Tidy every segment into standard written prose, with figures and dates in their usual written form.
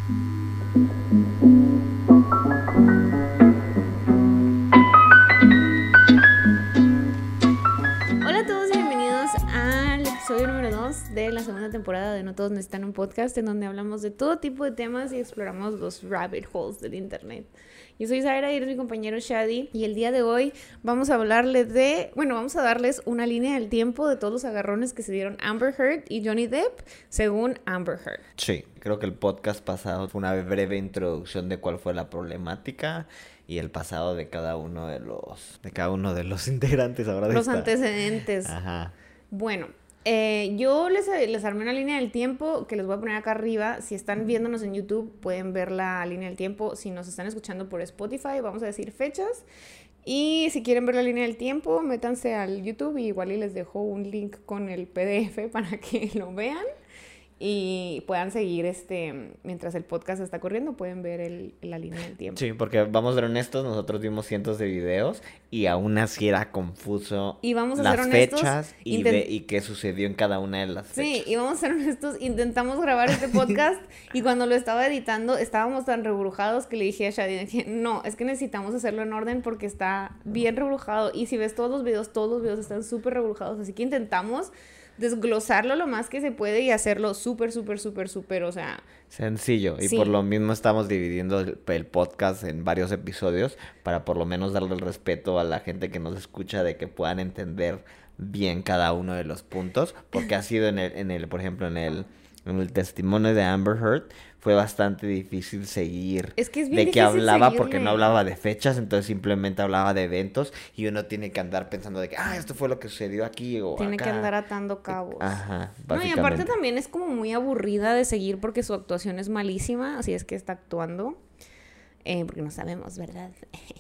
Hola a todos y bienvenidos al episodio número 2 de la segunda temporada de No Todos Necesitan un Podcast, en donde hablamos de todo tipo de temas y exploramos los rabbit holes del internet. Yo soy Zaira y eres mi compañero Shadi, y el día de hoy vamos a vamos a darles una línea del tiempo de todos los agarrones que se dieron Amber Heard y Johnny Depp, según Amber Heard. Sí, creo que el podcast pasado fue una breve introducción de cuál fue la problemática y el pasado de cada uno de los integrantes ahora de Los esta. antecedentes. Ajá. Bueno, yo les armé una línea del tiempo que les voy a poner acá arriba. Si están viéndonos en YouTube, pueden ver la línea del tiempo. Si nos están escuchando por Spotify, vamos a decir fechas. Y si quieren ver la línea del tiempo, métanse al YouTube y igual y les dejo un link con el PDF para que lo vean y puedan seguir mientras el podcast está corriendo, pueden ver la línea del tiempo. Sí, porque vamos a ser honestos, nosotros vimos cientos de videos y aún así era confuso Y vamos a las ser honestos, fechas y qué sucedió en cada una de las fechas. Sí, y vamos a ser honestos, intentamos grabar este podcast y cuando lo estaba editando estábamos tan rebrujados que le dije a Shadi, no, es que necesitamos hacerlo en orden porque está bien rebrujado, y si ves todos los videos están súper rebrujados, así que intentamos desglosarlo lo más que se puede y hacerlo súper, o sea... Sencillo, y sí. por lo mismo estamos dividiendo el podcast en varios episodios para por lo menos darle el respeto a la gente que nos escucha de que puedan entender bien cada uno de los puntos, porque ha sido por ejemplo, en el testimonio de Amber Heard fue bastante difícil seguir es que es bien de qué hablaba, seguirle. porque no hablaba de fechas, entonces simplemente hablaba de eventos y uno tiene que andar pensando de que, esto fue lo que sucedió aquí o tiene acá. que andar atando cabos. Ajá, No, y básicamente. aparte también es como muy aburrida de seguir porque su actuación es malísima, así es que está actuando, porque no sabemos, ¿verdad?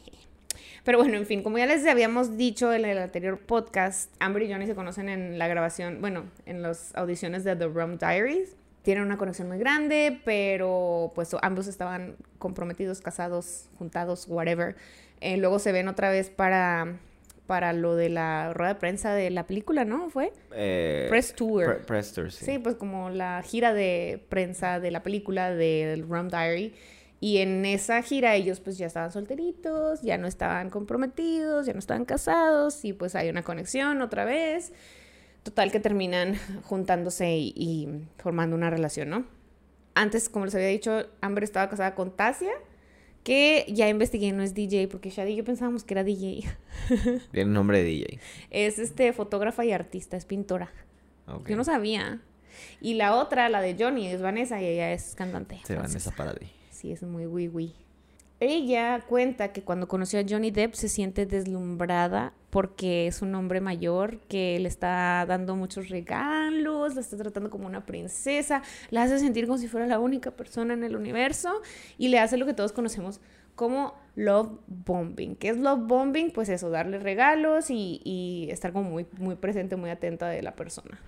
Pero bueno, en fin, como ya les habíamos dicho en el anterior podcast, Amber y Johnny se conocen en la grabación, en las audiciones de The Rum Diaries. Tienen una conexión muy grande, pero pues ambos estaban comprometidos, casados, juntados, whatever. Luego se ven otra vez para lo de la rueda de prensa de la película, ¿no? ¿Fue? Press Tour. Press Tour, sí. Sí, pues como la gira de prensa de la película de Rum Diary. Y en esa gira ellos pues ya estaban solteritos, ya no estaban comprometidos, ya no estaban casados, y pues hay una conexión otra vez. Total que terminan juntándose y formando una relación, ¿no? Antes, como les había dicho, Amber estaba casada con Tasia, que ya investigué, no es DJ, porque Shadi y yo pensábamos que era DJ. Tiene nombre de DJ. Es fotógrafa y artista, es pintora. Okay. Yo no sabía. Y la otra, la de Johnny, es Vanessa, y ella es cantante. Sí, Vanessa Paradis. Sí, es muy wii. Ella cuenta que cuando conoció a Johnny Depp se siente deslumbrada porque es un hombre mayor que le está dando muchos regalos, la está tratando como una princesa, la hace sentir como si fuera la única persona en el universo y le hace lo que todos conocemos como love bombing. ¿Qué es love bombing? Pues eso, darle regalos y estar como muy, muy presente, muy atenta de la persona.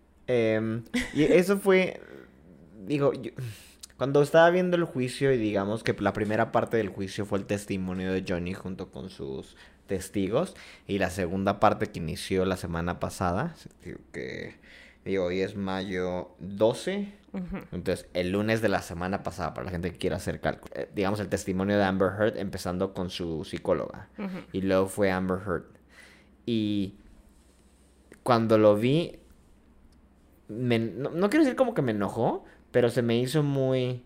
Y eso fue, cuando estaba viendo el juicio y digamos que la primera parte del juicio fue el testimonio de Johnny junto con sus testigos, y la segunda parte que inició la semana pasada, que hoy es mayo 12, entonces el lunes de la semana pasada, para la gente que quiera hacer cálculo, digamos el testimonio de Amber Heard empezando con su psicóloga, y luego fue Amber Heard, y cuando lo vi, no quiero decir como que me enojó, pero se me hizo muy...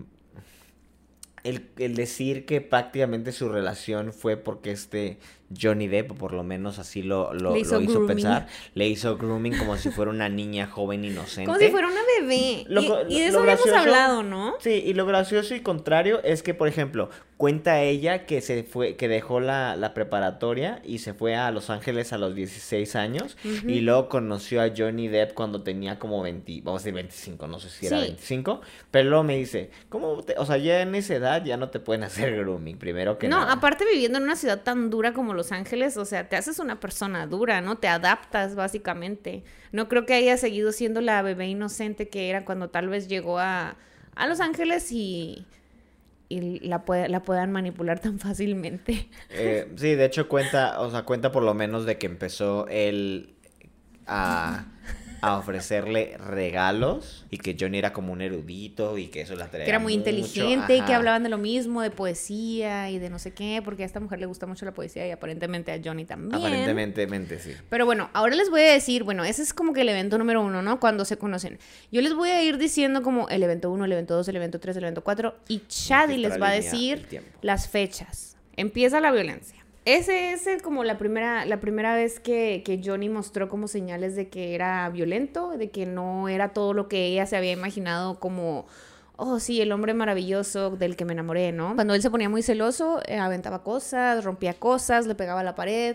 El decir que prácticamente su relación fue porque Johnny Depp, por lo menos así lo hizo pensar, le hizo grooming como si fuera una niña joven inocente. Como si fuera una bebé. Y de eso habíamos hablado, ¿no? Sí, y lo gracioso y contrario es que, por ejemplo, cuenta ella que que dejó la preparatoria y se fue a Los Ángeles a los 16 años, y luego conoció a Johnny Depp cuando tenía como 20, vamos a decir 25, no sé si era 25, pero luego me dice, o sea, ya en esa edad ya no te pueden hacer grooming, primero que nada. No, aparte viviendo en una ciudad tan dura como Los Ángeles, o sea, te haces una persona dura, ¿no? Te adaptas, básicamente. No creo que haya seguido siendo la bebé inocente que era cuando tal vez llegó a Los Ángeles y la puedan manipular tan fácilmente. Sí, de hecho cuenta por lo menos de que empezó él a ofrecerle regalos y que Johnny era como un erudito y que eso la traía Que era muy mucho, inteligente y que ajá. hablaban de lo mismo, de poesía y de no sé qué, porque a esta mujer le gusta mucho la poesía y aparentemente a Johnny también. Aparentemente sí. Pero bueno, ahora les voy a decir, bueno, ese es como que el evento número 1, ¿no? Cuando se conocen. Yo les voy a ir diciendo como el evento 1, el evento 2, el evento 3, el evento 4 y Chadi les va a decir las fechas. Empieza la violencia. Ese es como la primera vez que Johnny mostró como señales de que era violento, de que no era todo lo que ella se había imaginado como, oh sí, el hombre maravilloso del que me enamoré, ¿no? Cuando él se ponía muy celoso, aventaba cosas, rompía cosas, le pegaba a la pared,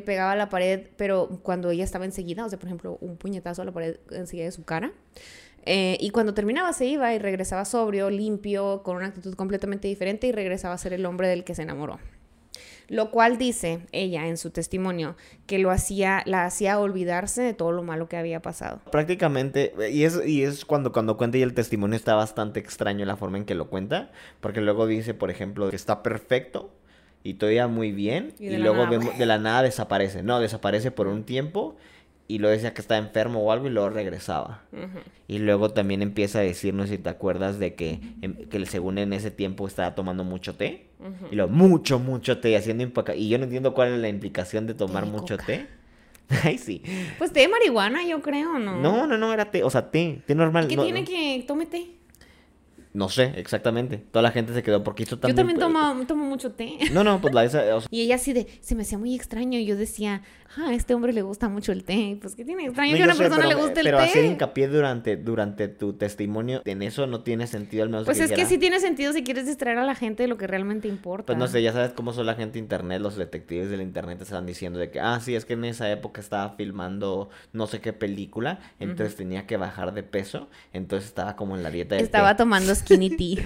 pero cuando ella estaba enseguida, o sea, por ejemplo, un puñetazo a la pared enseguida de su cara. Y cuando terminaba se iba y regresaba sobrio, limpio, con una actitud completamente diferente y regresaba a ser el hombre del que se enamoró. Lo cual dice ella en su testimonio que la hacía olvidarse de todo lo malo que había pasado. Prácticamente, y es cuando cuenta y el testimonio está bastante extraño la forma en que lo cuenta, porque luego dice, por ejemplo, que está perfecto y todavía muy bien, y luego de la nada desaparece. No, desaparece por un tiempo y luego decía que estaba enfermo o algo y luego regresaba. Uh-huh. Y luego también empieza a decir, no sé si te acuerdas de que según en ese tiempo estaba tomando mucho té. Uh-huh. Y luego mucho té, haciendo y yo no entiendo cuál es la implicación de tomar mucho té. Ay, sí. Pues té de marihuana, yo creo, ¿no? No, era té, o sea, té normal. ¿Qué tiene que tome té? No sé, exactamente. Toda la gente se quedó porque hizo también... Yo también tomo mucho té. No, pues o sea... Y ella así se me hacía muy extraño. Y yo decía, a este hombre le gusta mucho el té. Pues, ¿qué tiene extraño que a una persona le guste el té? Pero hacer hincapié durante tu testimonio en eso no tiene sentido, al menos pues es que sí tiene sentido si quieres distraer a la gente de lo que realmente importa. Pues no sé, ya sabes cómo son la gente de internet, los detectives del internet estaban diciendo de que, sí, es que en esa época estaba filmando no sé qué película, entonces tenía que bajar de peso, entonces estaba como en la dieta del Estaba tomando skinny tea.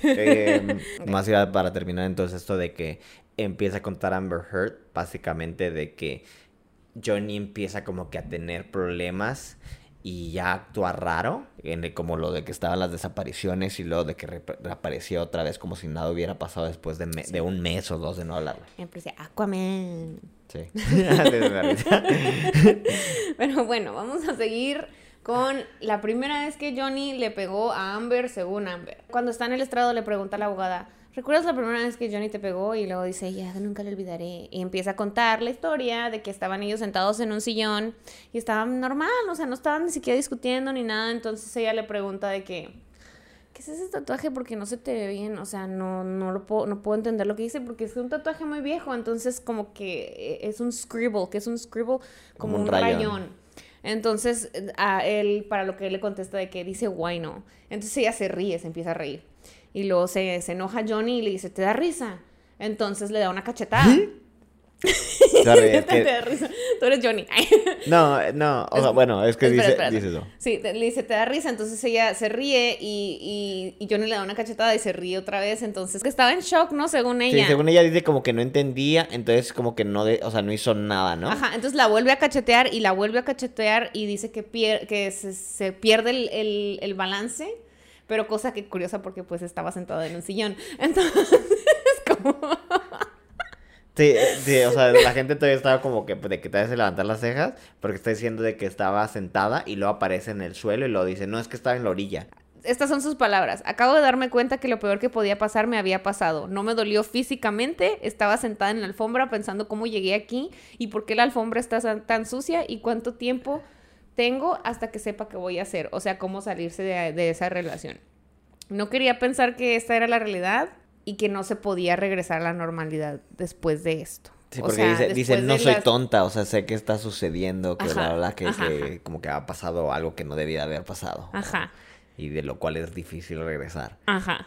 Más allá para terminar entonces esto de que empieza a contar Amber Heard, básicamente de que Johnny empieza como que a tener problemas y ya actúa raro, como lo de que estaban las desapariciones y luego de que reaparecía otra vez como si nada hubiera pasado después de un mes o 2 de no hablarle. Empecé Aquaman. Sí. Pero bueno, vamos a seguir con la primera vez que Johnny le pegó a Amber, según Amber. Cuando está en el estrado le pregunta a la abogada, ¿recuerdas la primera vez que Johnny te pegó? Y luego dice, ya, nunca lo olvidaré. Y empieza a contar la historia de que estaban ellos sentados en un sillón y estaban normal, o sea, no estaban ni siquiera discutiendo ni nada. Entonces ella le pregunta de que, ¿qué es ese tatuaje? Porque no se te ve bien, o sea, no puedo entender lo que dice porque es un tatuaje muy viejo. Entonces como que es un scribble, como un rayón. Entonces, a él, para lo que él le contesta de que dice, guay, no. Entonces ella se empieza a reír. Y luego se enoja Johnny y le dice, ¿te da risa? Entonces le da una cachetada. Sorry, te da risa. Tú eres Johnny. No, o sea, bueno, es que dice eso. Sí, le dice, ¿te da risa? Entonces ella se ríe y Johnny le da una cachetada y se ríe otra vez. Entonces, que estaba en shock, ¿no? Según ella. Sí, según ella dice como que no entendía, entonces como que no hizo nada, ¿no? Ajá, entonces la vuelve a cachetear y dice que se pierde el balance, pero cosa que curiosa porque pues estaba sentada en un sillón. Entonces, como... Sí, o sea, la gente todavía estaba como que de que te hace levantar las cejas porque está diciendo de que estaba sentada y luego aparece en el suelo y luego dice, no, es que estaba en la orilla. Estas son sus palabras. Acabo de darme cuenta que lo peor que podía pasar me había pasado. No me dolió físicamente. Estaba sentada en la alfombra pensando cómo llegué aquí y por qué la alfombra está tan sucia y cuánto tiempo tengo hasta que sepa qué voy a hacer. O sea, cómo salirse de esa relación. No quería pensar que esta era la realidad y que no se podía regresar a la normalidad después de esto. Sí, porque dice no soy tonta, o sea, sé que está sucediendo, que que como que ha pasado algo que no debía haber pasado. Ajá. Y de lo cual es difícil regresar. Ajá.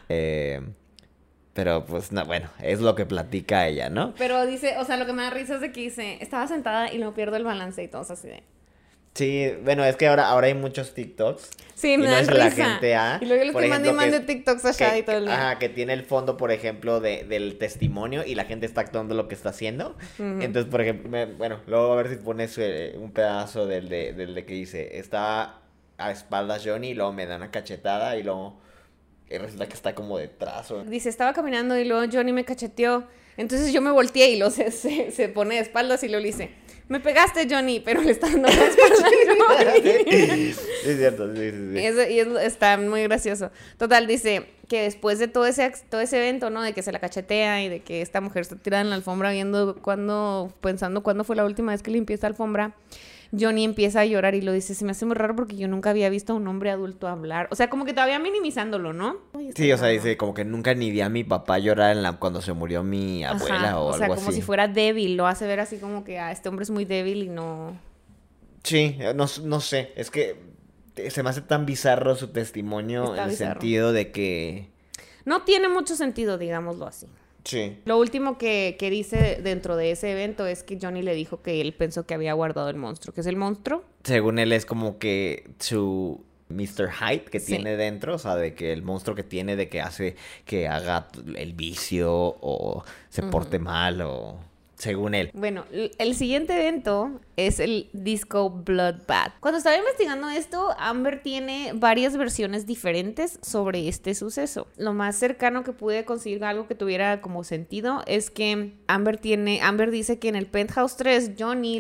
Pero pues, no, bueno, es lo que platica ella, ¿no? Pero dice, o sea, lo que me da risa es de que dice, estaba sentada y no pierdo el balance y todo así de... Sí, bueno, es que ahora hay muchos TikToks. Sí, me dan risa. La gente y luego yo le estoy mandando TikToks allá y todo el día. Ajá, que tiene el fondo, por ejemplo, del testimonio y la gente está actuando lo que está haciendo. Uh-huh. Entonces, por ejemplo, bueno, luego a ver si pones un pedazo del de que dice, está a espaldas Johnny y luego me da una cachetada y luego Y resulta que está como detrás. Dice, estaba caminando y luego Johnny me cacheteó. Entonces yo me volteé y luego se pone de espaldas y luego le dice, me pegaste, Johnny, pero le está dando la espalda a Johnny. Es cierto, sí. Está muy gracioso. Total, dice que después de todo ese evento, ¿no? De que se la cachetea y de que esta mujer está tirada en la alfombra pensando cuándo fue la última vez que limpió esta alfombra, Johnny empieza a llorar y lo dice, se me hace muy raro porque yo nunca había visto a un hombre adulto hablar. O sea, como que todavía minimizándolo, ¿no? Sí, o sea, dice como que nunca ni vi a mi papá llorar cuando se murió mi abuela. Ajá, o algo así. O sea, como si fuera débil, lo hace ver así como que este hombre es muy débil y no... Sí, no sé, es que se me hace tan bizarro su testimonio. Está en el bizarro. sentido de que... No tiene mucho sentido, digámoslo así. Sí. Lo último que dice dentro de ese evento es que Johnny le dijo que él pensó que había guardado el monstruo. ¿Qué es el monstruo? Según él es como que su Mr. Hyde que Sí. tiene dentro, o sea, de que el monstruo que tiene de que hace que haga el vicio o se porte mal o... Según él. Bueno, el siguiente evento es el Disco Bloodbath. Cuando estaba investigando esto, Amber tiene varias versiones diferentes sobre este suceso. Lo más cercano que pude conseguir algo que tuviera como sentido es que Amber dice que en el Penthouse 3 Johnny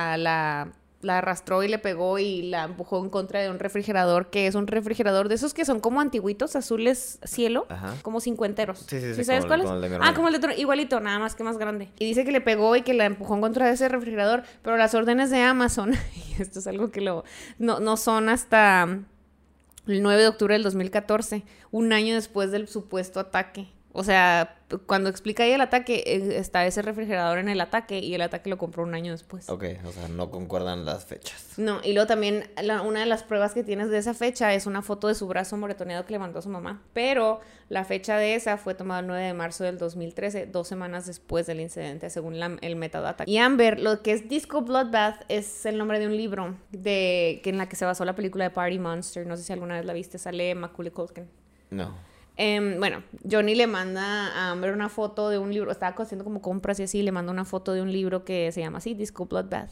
la arrastró y le pegó y la empujó en contra de un refrigerador, que es un refrigerador de esos que son como antiguitos, azules cielo, Ajá. como cincuenteros. Sí, ¿Sabes cuál es? como el de mi hermano. Como el de igualito, nada más que más grande. Y dice que le pegó y que la empujó en contra de ese refrigerador, pero las órdenes de Amazon, y esto es algo que no son hasta el 9 de octubre del 2014, un año después del supuesto ataque. O sea, cuando explica ahí el ataque, está ese refrigerador en el ataque y el ataque lo compró un año después. Ok, o sea, no concuerdan las fechas. No, y luego también una de las pruebas que tienes de esa fecha es una foto de su brazo moretoneado que le mandó a su mamá. Pero la fecha de esa fue tomada el 9 de marzo del 2013, 2 semanas después del incidente, según el metadata. Y Amber, lo que es Disco Bloodbath es el nombre de un libro en la que se basó la película de Party Monster. No sé si alguna vez la viste, sale Macaulay Culkin. No. Bueno, Johnny le manda a Amber una foto de un libro, estaba haciendo como compras y así, le manda una foto de un libro que se llama así, Disco Bloodbath.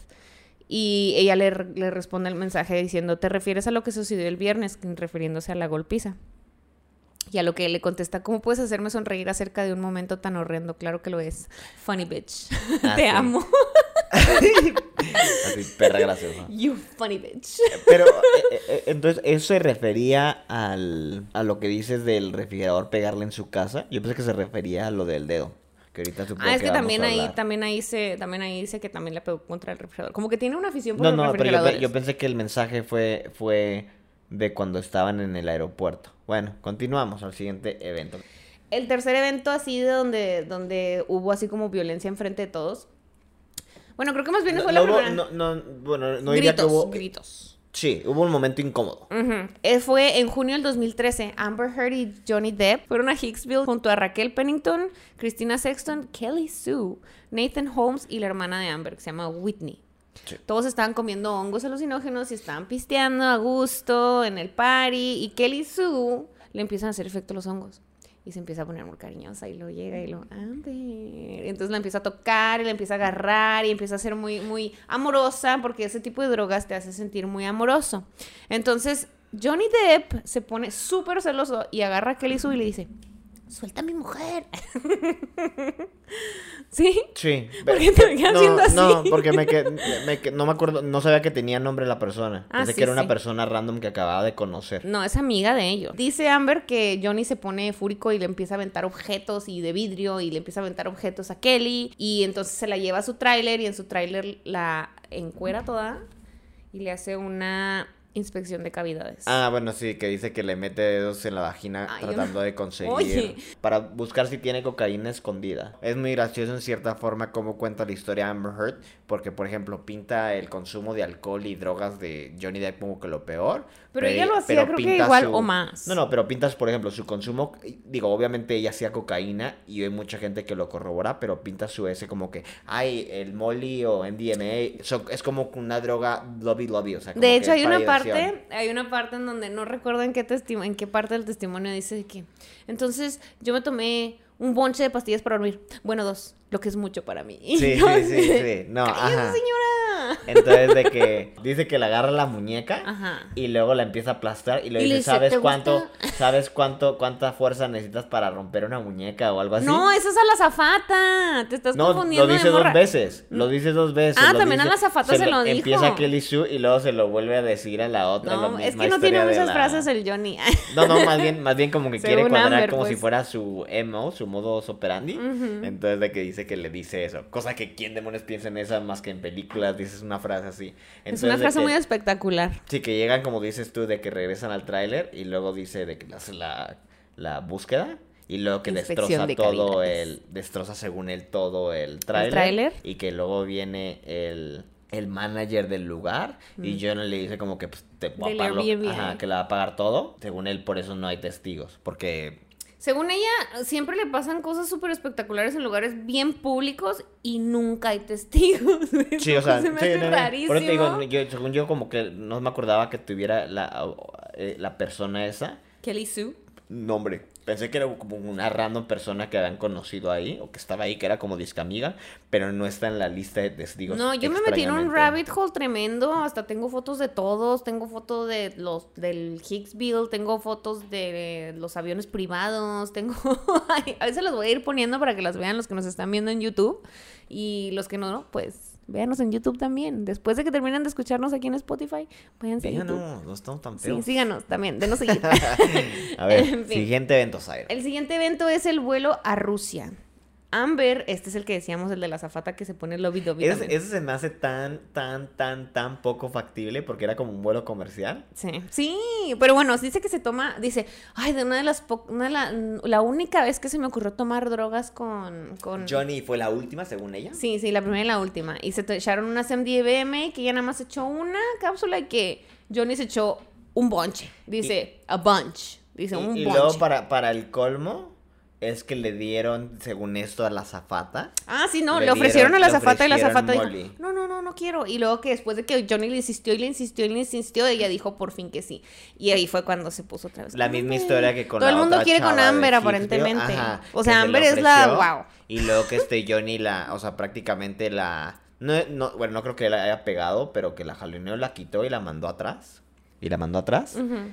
Y ella le responde el mensaje diciendo, ¿te refieres a lo que sucedió el viernes? Refiriéndose a la golpiza. Y a lo que le contesta, ¿cómo puedes hacerme sonreír acerca de un momento tan horrendo? Claro que lo es. Funny bitch. Te sí. amo. Así, perra graciosa. You funny bitch. Pero, entonces, ¿eso se refería a lo que dices del refrigerador pegarle en su casa? Yo pensé que se refería a lo del dedo. Que ahorita supongo Es que vamos también a ahí dice que también le pegó contra el refrigerador. Como que tiene una afición por los refrigeradores. Pero yo pensé que el mensaje fue de cuando estaban en el aeropuerto. Bueno, continuamos al siguiente evento. El tercer evento así de donde hubo así como violencia enfrente de todos. Bueno, creo que más bien fue la primera. No diría que hubo... Gritos. Sí, hubo un momento incómodo. Fue en junio del 2013. Amber Heard y Johnny Depp fueron a Hicksville junto a Raquel Pennington, Christina Sexton, Kelly Sue, Nathan Holmes y la hermana de Amber, que se llama Whitney. Sí. Todos estaban comiendo hongos alucinógenos y estaban pisteando a gusto en el party. Y Kelly Sue le empiezan a hacer efecto los hongos. Y se empieza a poner muy cariñosa y luego llega y Amber. Y entonces la empieza a tocar y la empieza a agarrar y empieza a ser muy, muy amorosa porque ese tipo de drogas te hace sentir muy amoroso. Entonces Johnny Depp se pone súper celoso y agarra a Kelly Sue y le dice, suelta a mi mujer. ¿Sí? Sí. ¿Por qué te venía haciendo así? No, porque no me acuerdo, no sabía que tenía nombre la persona. Pensé que era una persona random que acababa de conocer. No, es amiga de ellos. Dice Amber que Johnny se pone fúrico y le empieza a aventar objetos y de vidrio y le empieza a aventar objetos a Kelly y entonces se la lleva a su tráiler y en su tráiler la encuera toda y le hace una inspección de cavidades. Bueno, sí, que dice que le mete dedos en la vagina tratando de conseguir... Oye. Para buscar si tiene cocaína escondida. Es muy gracioso en cierta forma cómo cuenta la historia Amber Heard, porque, por ejemplo, pinta el consumo de alcohol y drogas de Johnny Depp como que lo peor. Pero ella lo hacía creo que igual o más. No, pero pintas, por ejemplo, su consumo... Digo, obviamente ella hacía cocaína y hay mucha gente que lo corrobora, pero pinta su ese como que... el Molly o MDMA es como una droga lobby, o sea... Como de hecho, hay una parte en donde no recuerdo en qué parte del testimonio dice que entonces yo me tomé un bonche de pastillas para dormir. Bueno, 2, lo que es mucho para mí. Sí. No, ¡cállate, señora! Entonces de que dice que le agarra la muñeca y luego la empieza a aplastar y le dice, ¿sabes cuánto? ¿Sabes cuánta fuerza necesitas para romper una muñeca o algo así? No, eso es a la azafata. Te estás confundiendo lo dice de morra. 2 veces. Lo dice 2 veces. Ah, lo también dice, a la azafata se lo dijo. Empieza Kelly Sue y luego se lo vuelve a decir a la otra. No, la es misma que no tiene historia de muchas frases el Johnny. No, más bien como que quiere Según cuadrar Amber, como pues. si fuera su MO, su modus operandi. Entonces de que dice que le dice eso. Cosa que quién demonios piensa en esa más que en películas, dices una frase así. Es una frase muy espectacular. Sí, que llegan como dices tú, de que regresan al tráiler y luego dice de que hace la búsqueda y luego que Inspección destroza según él todo el tráiler. tráiler? Y que luego viene el manager del lugar y John le dice como que pues, te voy a pagar que le va a pagar todo. Según él, por eso no hay testigos, porque... Según ella, siempre le pasan cosas súper espectaculares en lugares bien públicos y nunca hay testigos. Sí, o sea, se me hace rarísimo. Por eso te digo, según yo como que no me acordaba que tuviera la persona esa. Kelly Sue. No, hombre, pensé que era como una random persona que habían conocido ahí, o que estaba ahí, que era como discamiga, pero no está en la lista de testigos. No, yo me metí en un rabbit hole tremendo, hasta tengo fotos de todos, tengo fotos de del Hicksville, tengo fotos de los aviones privados, a veces los voy a ir poniendo para que las vean los que nos están viendo en YouTube, y los que no, pues... Véanos en YouTube también. Después de que terminen de escucharnos aquí en Spotify, váyanse a YouTube. No estamos tan feos. Sí, síganos también, denos seguir. A ver, En fin. siguiente evento, Zaira. El siguiente evento es el vuelo a Rusia. Amber, este es el que decíamos, el de la azafata que se pone el lobby-dobby también. Ese se me hace tan poco factible porque era como un vuelo comercial. Sí, pero bueno, dice que se toma, dice, ay, de la única vez que se me ocurrió tomar drogas con... Johnny fue la última, según ella. Sí, la primera y la última. Y se echaron unas MDMA, que ella nada más echó una cápsula y que Johnny se echó un bonche. Dice, a bunch. Dice, un bonche. Y luego para el colmo... Es que le dieron, según esto, a la azafata. Ah, sí, no, le ofrecieron a la azafata y la azafata dijo, Molly. no quiero. Y luego que después de que Johnny le insistió, ella dijo por fin que sí. Y ahí fue cuando se puso otra vez. La misma historia que con todo la el mundo otra quiere con chava Amber, de aparentemente. Ajá, o sea, que Amber se es le la, ofreció, wow. Y luego que Johnny o sea, prácticamente bueno, no creo que la haya pegado, pero que la jaloneó, la quitó y la mandó atrás. Uh-huh.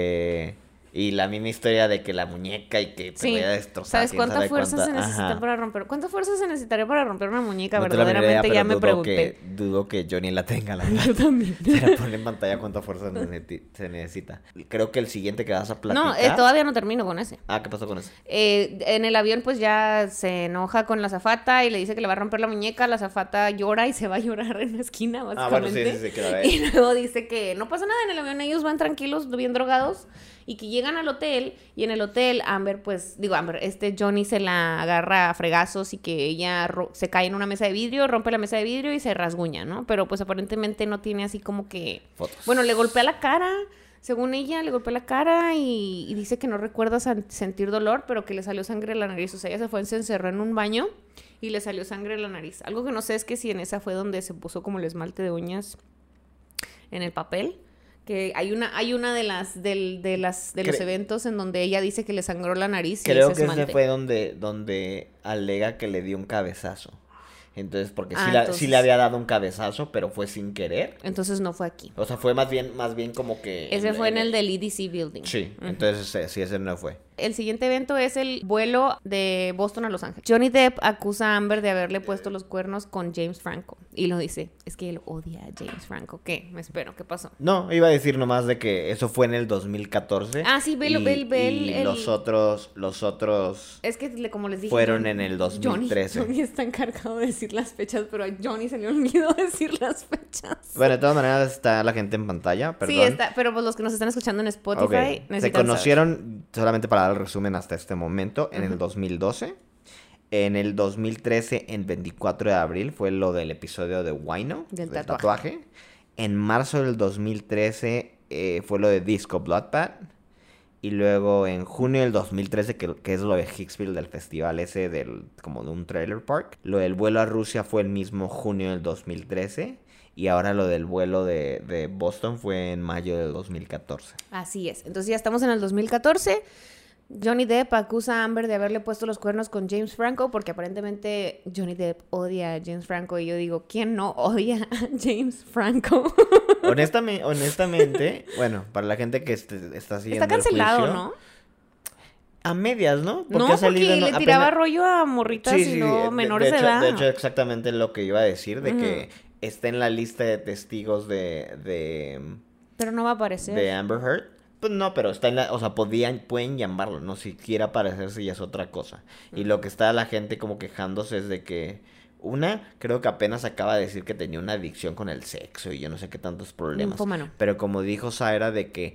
Y la misma historia de que la muñeca y que te voy a destrozar. ¿Sabes cuánta fuerza se necesita para romper? ¿Cuánta fuerza se necesitaría para romper una muñeca? No verdaderamente ya me pregunté. Dudo que Johnny la tenga, la Yo también. Se la pone en pantalla cuánta fuerza se necesita. Creo que el siguiente que vas a platicar... No, todavía no termino con ese. Ah, ¿qué pasó con ese? En el avión pues ya se enoja con la azafata y le dice que le va a romper la muñeca. La azafata llora y se va a llorar en una esquina, básicamente. Ah, bueno, sí, queda Y luego dice que no pasa nada en el avión, ellos van tranquilos, bien drogados. Y que llegan al hotel, y en el hotel Johnny se la agarra a fregazos y que ella se cae en una mesa de vidrio, rompe la mesa de vidrio y se rasguña, ¿no? Pero pues aparentemente no tiene así como que... Fotos. Bueno, le golpea la cara, según ella, le golpea la cara y dice que no recuerda sentir dolor, pero que le salió sangre de la nariz. O sea, ella se encerró en un baño y le salió sangre de la nariz. Algo que no sé es que si en esa fue donde se puso como el esmalte de uñas en el papel. Que hay una de los eventos en donde ella dice que le sangró la nariz. Creo que ese fue donde alega que le dio un cabezazo. Entonces, porque sí le había dado un cabezazo, pero fue sin querer. Entonces no fue aquí. O sea, fue más bien como que... Ese fue en el del EDC Building. Sí, entonces sí, ese no fue. El siguiente evento es el vuelo de Boston a Los Ángeles. Johnny Depp acusa a Amber de haberle puesto los cuernos con James Franco. Y lo dice, es que él odia a James Franco. ¿Qué? Me espero, ¿qué pasó? No, iba a decir nomás de que eso fue en el 2014. Ah, sí, ve y los otros es que como les dije, fueron en el 2013. Johnny está encargado de decir las fechas, pero a Johnny se le olvidó decir las fechas. Bueno, de todas maneras está la gente en pantalla, perdón. Sí, está, pero pues los que nos están escuchando en Spotify necesitan se conocieron, solamente para dar el resumen hasta este momento, en el 2012. En el 2013, en 24 de abril, fue lo del episodio de Wino, del tatuaje. En marzo del 2013 fue lo de Disco Bloodbath. Y luego en junio del 2013, que es lo de Hicksville, del festival ese, como de un trailer park. Lo del vuelo a Rusia fue el mismo junio del 2013. Y ahora lo del vuelo de Boston fue en mayo del 2014. Así es. Entonces ya estamos en el 2014. Johnny Depp acusa a Amber de haberle puesto los cuernos con James Franco porque aparentemente Johnny Depp odia a James Franco y yo digo, ¿quién no odia a James Franco? Honestamente, bueno, para la gente que está siguiendo Está cancelado, el juicio, ¿no? a medias, ¿no? No, ha salido porque le tiraba rollo a morritas Sí, y sí, no menores de hecho, edad. de hecho, exactamente lo que iba a decir, de que está en la lista de testigos Pero no va a aparecer. de Amber Heard. Pues no, pero está en la, o sea, pueden llamarlo, no siquiera aparecerse ya es otra cosa. Y lo que está la gente como quejándose es de que creo que apenas acaba de decir que tenía una adicción con el sexo y yo no sé qué tantos problemas. Ninfómano. Pero como dijo Zaira de que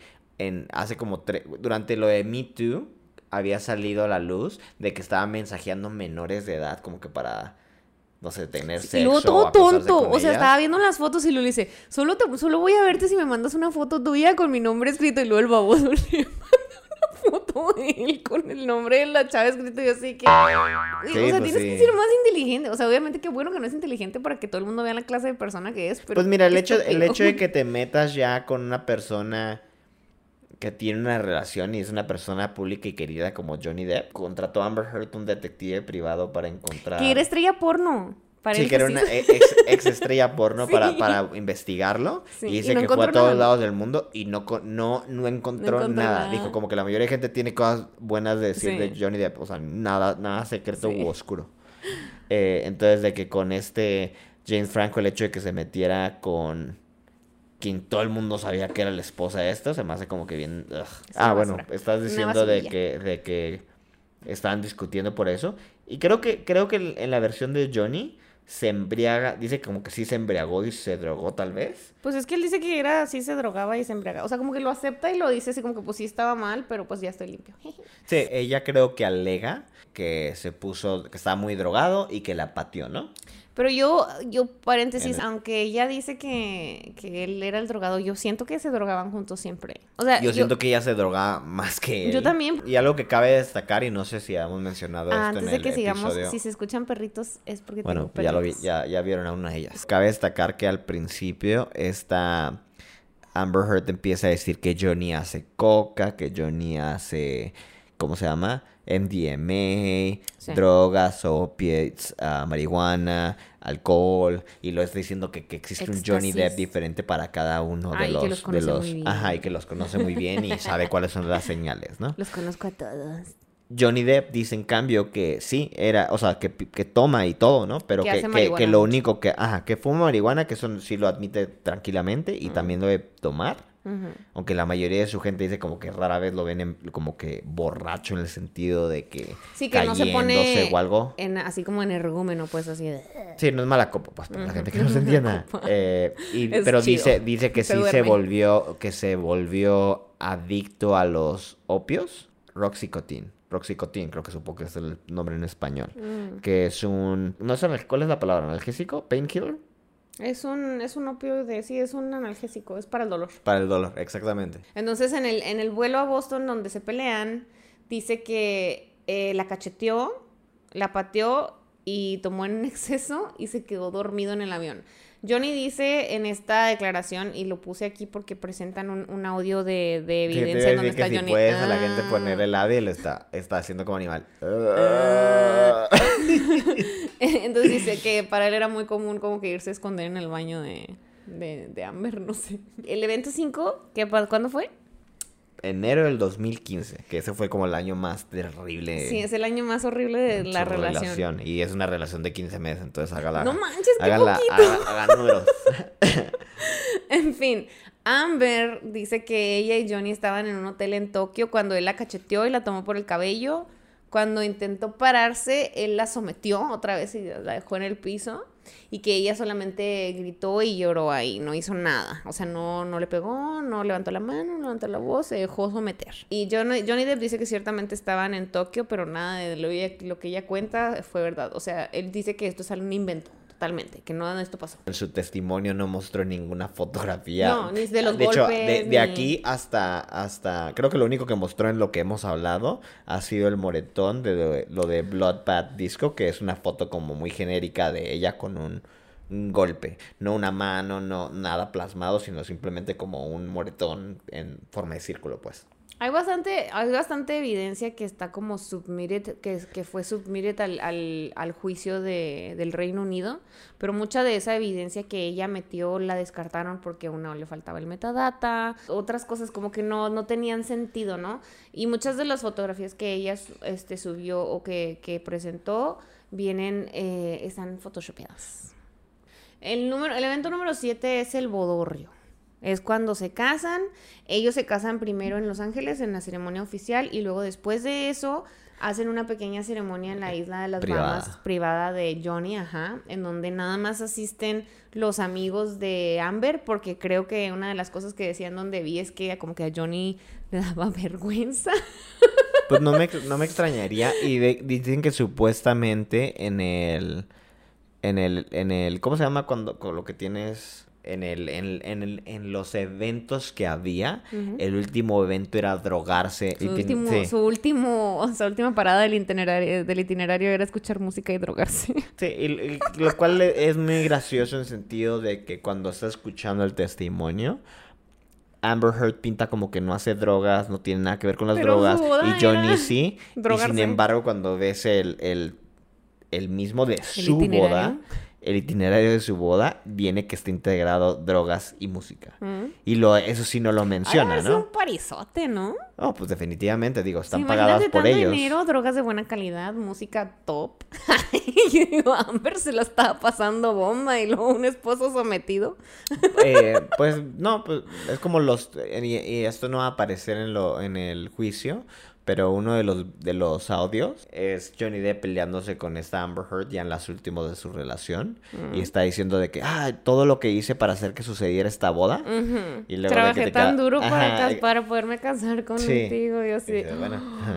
durante lo de Me Too había salido a la luz de que estaba mensajeando menores de edad como que para, no sé, tener sexo. Y luego todo o acostarse tonto. con O sea, ellas. estaba viendo las fotos y luego le dice, solo voy a verte si me mandas una foto tuya con mi nombre escrito. Y luego el baboso le manda una foto de él con el nombre de la chava escrito. Y yo así que... Sí, o sea, pues tienes sí. que ser más inteligente. O sea, obviamente qué bueno que no es inteligente para que todo el mundo vea la clase de persona que es. Pero Pues mira, el qué hecho estúpido. de que te metas ya con una persona que tiene una relación y es una persona pública y querida como Johnny Depp, contrató a Amber Heard, un detective privado, para encontrar... Que era estrella porno. Sí, que era una ex estrella porno Sí. para investigarlo. Sí, Y dice y no que fue a encontró todos nada. lados del mundo y no encontró nada. Dijo como que la mayoría de gente tiene cosas buenas de decir Sí. de Johnny Depp. O sea, nada secreto Sí. u oscuro. Entonces, de que con James Franco, el hecho de que se metiera con quien todo el mundo sabía que era la esposa de esto, se me hace como que bien... ugh. Una Bueno, basura. estás Una diciendo de basurilla. que estaban discutiendo por eso. Y creo que en la versión de Johnny se embriaga, dice como que sí se embriagó y se drogó tal vez. Pues es que él dice que era así, se drogaba y se embriagaba. O sea, como que lo acepta y lo dice así como que pues sí estaba mal, pero pues ya estoy limpio. Sí, ella creo que alega que que estaba muy drogado y que la pateó, ¿no? Pero yo paréntesis, En el- aunque ella dice que él era el drogado, yo siento que se drogaban juntos siempre. O sea, Yo siento que ella se drogaba más que él. Yo también. Y algo que cabe destacar, y no sé si hemos mencionado esto antes en de el que sigamos, episodio. si se escuchan perritos es porque Bueno, tengo ya lo vi, perritos. ya vieron a una de ellas. Cabe destacar que al principio esta Amber Heard empieza a decir que Johnny hace coca, que Johnny hace, ¿cómo se llama? MDMA, Sí. drogas, opiates, marihuana, alcohol, y lo está diciendo que existe un Johnny Éxtasis. Depp diferente para cada uno de Ay, que los conoce muy bien. Ajá, y que los conoce muy bien y sabe cuáles son las señales, ¿no? Los conozco a todos. Johnny Depp dice en cambio que sí, o sea, que toma y todo, ¿no? Pero Que que, hace que, marihuana que lo mucho. único que fuma marihuana, que eso sí lo admite tranquilamente y también lo debe tomar. Ujú. Aunque la mayoría de su gente dice como que rara vez lo ven como que borracho en el sentido de que Sí, que no se cayéndose pone o algo. así como energúmeno, pues así de... Sí, no es mala copa, pues, para la gente que no Ujú. se entienda. Es Pero chido. dice que Se sí duerme. se volvió adicto a los opios. Roxicotin, creo que supongo que es el nombre en español. Que es no sé, ¿cuál es la palabra? ¿Analgésico? ¿Painkiller? Es un opioide, sí, es un analgésico, es para el dolor. Para el dolor, exactamente. Entonces, en el vuelo a Boston donde se pelean, dice que la cacheteó, la pateó y tomó en exceso y se quedó dormido en el avión. Johnny dice en esta declaración, y lo puse aquí porque presentan un audio de Sí, te iba a evidencia en donde decir está que si Johnny. puedes a la gente poner el audio y lo está haciendo como animal. Entonces dice que para él era muy común como que irse a esconder en el baño de Amber, no sé. El evento 5, ¿cuándo fue? Enero del 2015, que ese fue como el año más terrible. Sí, es el año más horrible de en la su relación. Y es una relación de 15 meses, entonces hágala. No manches, qué háganla, poquito. hagan números. En fin, Amber dice que ella y Johnny estaban en un hotel en Tokio cuando él la cacheteó y la tomó por el cabello. Cuando intentó pararse, él la sometió otra vez y la dejó en el piso. Y que ella solamente gritó y lloró ahí, no hizo nada. O sea, no le pegó, no levantó la mano, no levantó la voz, se dejó someter. Y Johnny Depp dice que ciertamente estaban en Tokio, pero nada de lo que ella cuenta fue verdad. O sea, él dice que esto es un invento. Totalmente, que nada de esto pasó. En su testimonio no mostró ninguna fotografía. No, ni de los de hecho, golpes, de ni- aquí hasta, creo que lo único que mostró en lo que hemos hablado ha sido el moretón de lo de Bloodbath Disco, que es una foto como muy genérica de ella con un golpe. No una mano, no nada plasmado, sino simplemente como un moretón en forma de círculo, pues. Hay bastante evidencia que está como submitted, que fue submitted al juicio del Reino Unido, pero mucha de esa evidencia que ella metió la descartaron porque uno le faltaba el metadata, otras cosas como que no tenían sentido, ¿no? Y muchas de las fotografías que ella subió o que presentó están photoshopeadas. El evento número 7 es el bodorrio. Es cuando se casan. Ellos se casan primero en Los Ángeles en la ceremonia oficial y luego después de eso hacen una pequeña ceremonia en la isla de las Bahamas privada de Johnny, en donde nada más asisten los amigos de Amber, porque creo que una de las cosas que decían donde vi es que como que a Johnny le daba vergüenza. Pues no me extrañaría. Y dicen que supuestamente en el ¿cómo se llama cuando con lo que tienes? En los eventos que había, el último evento era drogarse. Su última parada del itinerario era escuchar música y drogarse. Sí, y lo cual es muy gracioso en el sentido de que cuando estás escuchando el testimonio, Amber Heard pinta como que no hace drogas, no tiene nada que ver con las drogas, y Johnny sí. Drogarse. Y sin embargo, cuando ves el mismo de su boda, el itinerario de su boda, viene que está integrado drogas y música. Y eso sí no lo menciona, ¿no? Es un parizote, ¿no? Oh, pues definitivamente, digo, están pagadas por ellos. Dinero, drogas de buena calidad, música top. Yo digo, Amber se la estaba pasando bomba y luego un esposo sometido. Pues no, pues es como y esto no va a aparecer en el juicio, pero uno de los audios es Johnny Depp peleándose con esta Amber Heard ya en las últimas de su relación. Y está diciendo de que, todo lo que hice para hacer que sucediera esta boda. Y luego trabajé tan duro para poderme casar contigo. Y así. Bueno.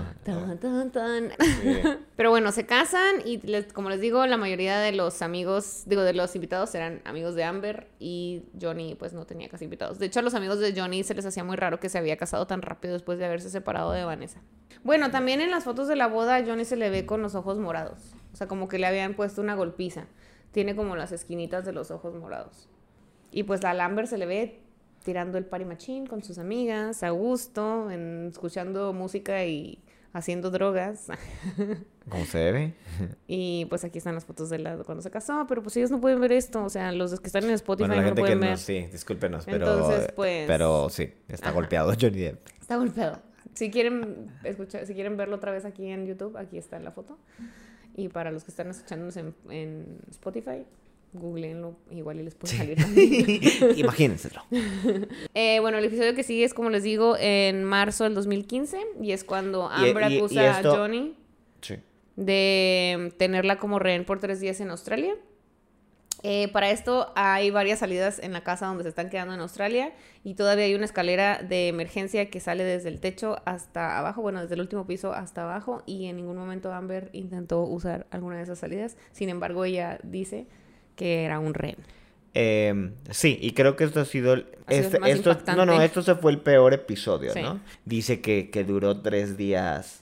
Sí. Pero bueno, se casan y como les digo, la mayoría de los de los invitados eran amigos de Amber y Johnny pues no tenía casi invitados. De hecho, a los amigos de Johnny se les hacía muy raro que se había casado tan rápido después de haberse separado de Vanessa. Bueno, también en las fotos de la boda a Johnny se le ve con los ojos morados. O sea, como que le habían puesto una golpiza. Tiene como las esquinitas de los ojos morados. Y pues a Amber se le ve tirando el party machine con sus amigas, a gusto, escuchando música y haciendo drogas. ¿Cómo se debe? Y pues aquí están las fotos de cuando se casó, pero pues ellos no pueden ver esto. O sea, los que están en Spotify bueno, la gente no pueden que ver. Sí, discúlpenos, Entonces, pero sí, está golpeado Johnny Depp. Está golpeado. Si quieren verlo otra vez aquí en YouTube, aquí está la foto. Y para los que están escuchándonos en Spotify, googleenlo, igual y les puede salir también. Imagínenselo. Bueno, el episodio que sigue es, como les digo, en marzo del 2015. Y es cuando Amber acusa a Johnny de tenerla como rehén por 3 días en Australia. Para esto hay varias salidas en la casa donde se están quedando en Australia y todavía hay una escalera de emergencia que sale desde el techo hasta abajo, bueno, desde el último piso hasta abajo, y en ningún momento Amber intentó usar alguna de esas salidas. Sin embargo, ella dice que era un rehén. Sí, y creo que esto ha sido impactante. Esto se fue el peor episodio, sí. ¿no? Dice que duró 3 días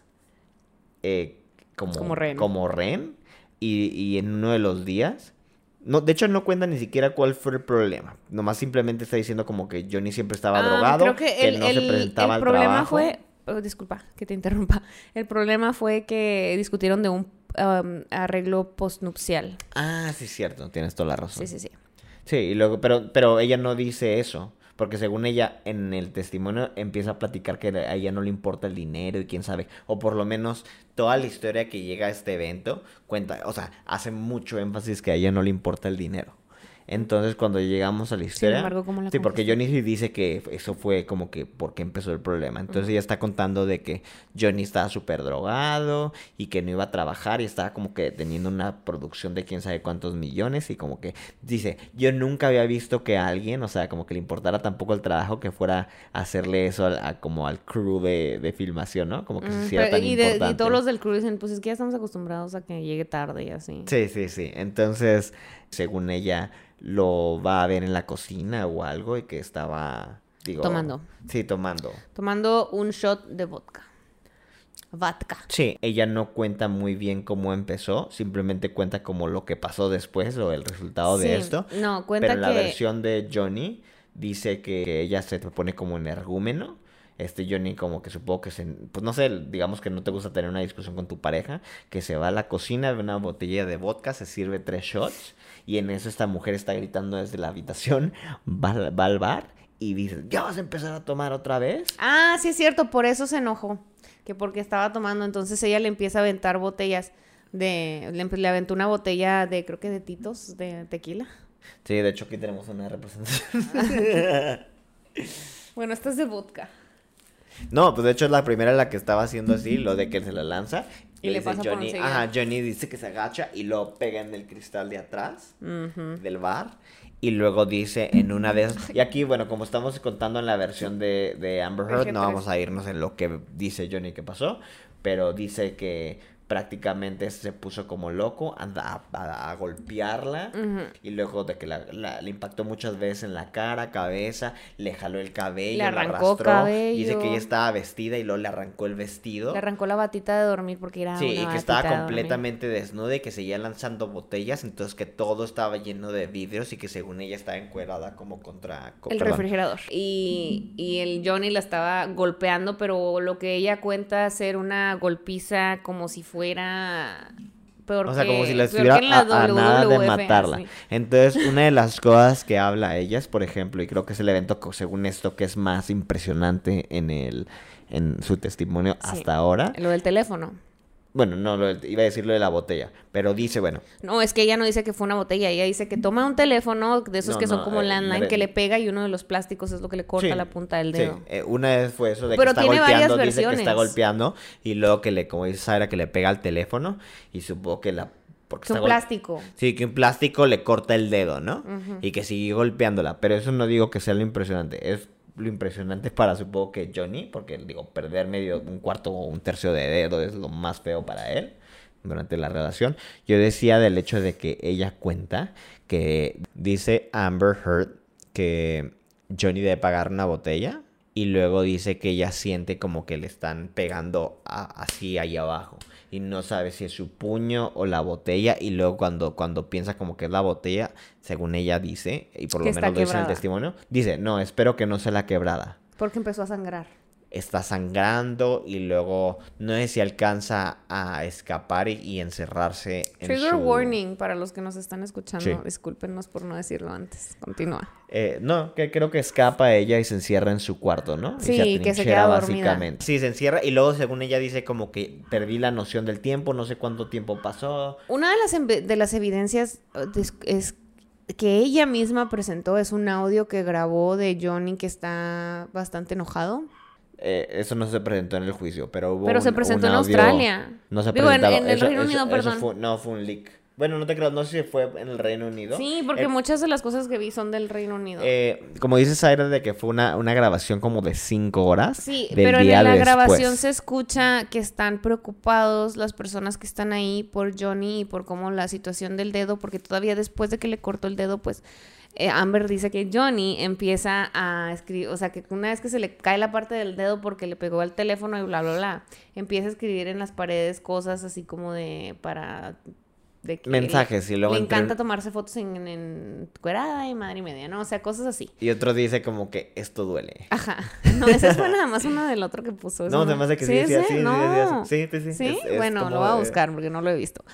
como rehén y en uno de los días no, de hecho no cuenta ni siquiera cuál fue el problema. Nomás simplemente está diciendo como que Johnny siempre estaba drogado, creo que no se presentaba al trabajo. El problema fue, disculpa que te interrumpa, el problema fue que discutieron de un arreglo postnupcial. Sí, cierto, tienes toda la razón. Sí. Sí, y luego, pero ella no dice eso. Porque según ella, en el testimonio empieza a platicar que a ella no le importa el dinero y quién sabe. O por lo menos toda la historia que llega a este evento cuenta, o sea, hace mucho énfasis que a ella no le importa el dinero. Entonces, cuando llegamos a la historia... Sin embargo, ¿cómo la sí, porque Johnny dice que eso fue como que porque empezó el problema. Entonces, ella está contando de que Johnny estaba súper drogado y que no iba a trabajar y estaba como que teniendo una producción de quién sabe cuántos millones y como que dice, yo nunca había visto que a alguien, o sea, como que le importara tampoco el trabajo que fuera a hacerle eso como al crew de filmación, ¿no? Como que se hiciera tan importante. Y todos los del crew dicen, pues es que ya estamos acostumbrados a que llegue tarde y así. Sí. Entonces, según ella, lo va a ver en la cocina o algo y que estaba, tomando. Sí, tomando. Tomando un shot de vodka. Sí, ella no cuenta muy bien cómo empezó, simplemente cuenta como lo que pasó después o el resultado de esto. No, cuenta pero en la versión de Johnny dice que ella se pone como energúmeno Johnny como que supongo que pues no sé, digamos que no te gusta tener una discusión con tu pareja, que se va a la cocina, ve una botella de vodka, se sirve 3 shots y en eso esta mujer está gritando desde la habitación, va al bar y dice, ¿ya vas a empezar a tomar otra vez? Ah, sí es cierto, por eso se enojó, que porque estaba tomando, entonces ella le empieza a aventar botellas le aventó una botella de, creo que de Titos, de tequila. Sí, de hecho aquí tenemos una representación. Bueno, esta es de vodka. No, pues de hecho es la primera la que estaba haciendo así, lo de que se la lanza. Y le pasa por Johnny, enseguida. ajá, Johnny dice que se agacha y lo pega en el cristal de atrás del bar. Y luego dice en una de esas... Y aquí, bueno, como estamos contando en la versión de Amber Heard, no vamos a irnos en lo que dice Johnny que pasó. Pero dice que prácticamente se puso como loco a golpearla. Y luego de que le impactó muchas veces en la cara, cabeza, le jaló el cabello, le arrancó arrastró. cabello. Dice que ella estaba vestida y luego le arrancó el vestido. Le arrancó la batita de dormir porque era sí, una y que batita estaba de completamente desnuda y que seguía lanzando botellas, entonces que todo estaba lleno de vidrios y que según ella estaba encuerada como contra... el refrigerador. Y el Johnny la estaba golpeando, pero lo que ella cuenta ser una golpiza como si fuera peor, o sea, que, como si la peor estuviera que en la a nada de WWF, matarla. así. Entonces, una de las cosas que habla ella es, por ejemplo, y creo que es el evento, según esto, que es más impresionante en su testimonio hasta ahora. Lo del teléfono. Bueno, no, iba a decir lo de la botella, pero dice, bueno. No, es que ella no dice que fue una botella, ella dice que toma un teléfono de esos que son como landline, que le pega y uno de los plásticos es lo que le corta la punta del dedo. Sí, una vez fue eso de pero que está tiene golpeando, varias dice que está versiones. golpeando y luego que como dice Sara, que le pega al teléfono y supongo que porque Es un plástico. Sí, que un plástico le corta el dedo, ¿no? Y que sigue golpeándola, pero eso no digo que sea lo impresionante, es lo impresionante para supongo que Johnny, porque digo, perder un cuarto o un tercio de dedo es lo más feo para él durante la relación. Yo decía del hecho de que ella cuenta que dice Amber Heard que Johnny debe pagar una botella y luego dice que ella siente como que le están pegando así ahí abajo y no sabe si es su puño o la botella y luego cuando piensa como que es la botella, según ella dice, y por lo menos lo dice en el testimonio, dice, no, espero que no sea la quebrada. Porque empezó a sangrar. Está sangrando y luego no sé si alcanza a escapar y encerrarse en Trigger warning para los que nos están escuchando. Sí. Discúlpenos por no decirlo antes. Continúa. No, que creo que escapa ella y se encierra en su cuarto, ¿no? Sí, y que se queda dormida. Sí, se encierra y luego según ella dice como que perdí la noción del tiempo, no sé cuánto tiempo pasó. Una de las evidencias es que ella misma presentó, es un audio que grabó de Johnny que está bastante enojado. Eso no se presentó en el juicio, pero hubo Pero se presentó en audio... Australia. No se Digo, presentó en el Reino Unido, perdón. No fue un leak. Bueno, no te creo, no sé si fue en el Reino Unido. Sí, porque muchas de las cosas que vi son del Reino Unido. Como dice Zaira, de que fue una grabación como de 5 horas. Sí, del pero día en la después. grabación se escucha que están preocupados las personas que están ahí por Johnny y por cómo la situación del dedo, porque todavía después de que le cortó el dedo, pues Amber dice que Johnny empieza a escribir, o sea, que una vez que se le cae la parte del dedo porque le pegó al teléfono y bla, bla, bla, empieza a escribir en las paredes cosas así como de mensajes y luego le encanta tomarse fotos en cuerada y madre y media, ¿no? O sea, cosas así. Y otro dice como que esto duele. Ajá. No, esa fue nada más una del otro que puso. No, se me hace que sí decía así. No. Sí. ¿Sí? Bueno, lo voy a buscar porque no lo he visto.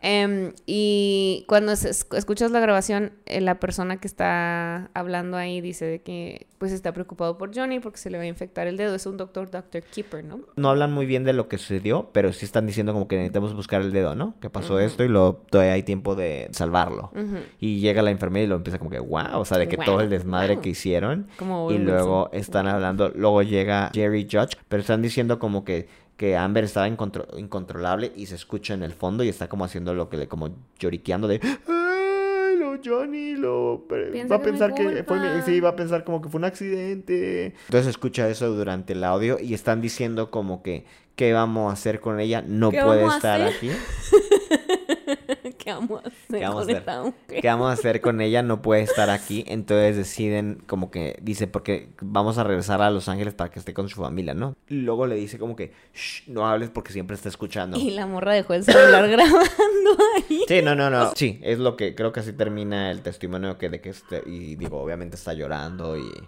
Y cuando escuchas la grabación, la persona que está hablando ahí dice de que pues está preocupado por Johnny porque se le va a infectar el dedo. Es un Dr. Keeper, ¿no? No hablan muy bien de lo que sucedió, pero sí están diciendo como que necesitamos buscar el dedo, ¿no? Que pasó esto y todavía hay tiempo de salvarlo. Y llega la enfermera y lo empieza como que wow, o sea, de que todo el desmadre que hicieron. Como y luego están hablando, luego llega Jerry Judge, pero están diciendo como que Amber estaba incontrolable y se escucha en el fondo y está como haciendo como lloriqueando de ¡ay, Johnny! Va a pensar que fue sí, va a pensar como que fue un accidente. Entonces escucha eso durante el audio y están diciendo como que ¿qué vamos a hacer con ella? No puede estar aquí. ¿Qué vamos a hacer con ella? No puede estar aquí. Entonces deciden como que dice, porque vamos a regresar a Los Ángeles para que esté con su familia, ¿no? Y luego le dice como que shh, no hables porque siempre está escuchando. Y la morra dejó el celular grabando ahí. Sí, no. Sí, es lo que creo que así termina el testimonio y digo, obviamente está llorando y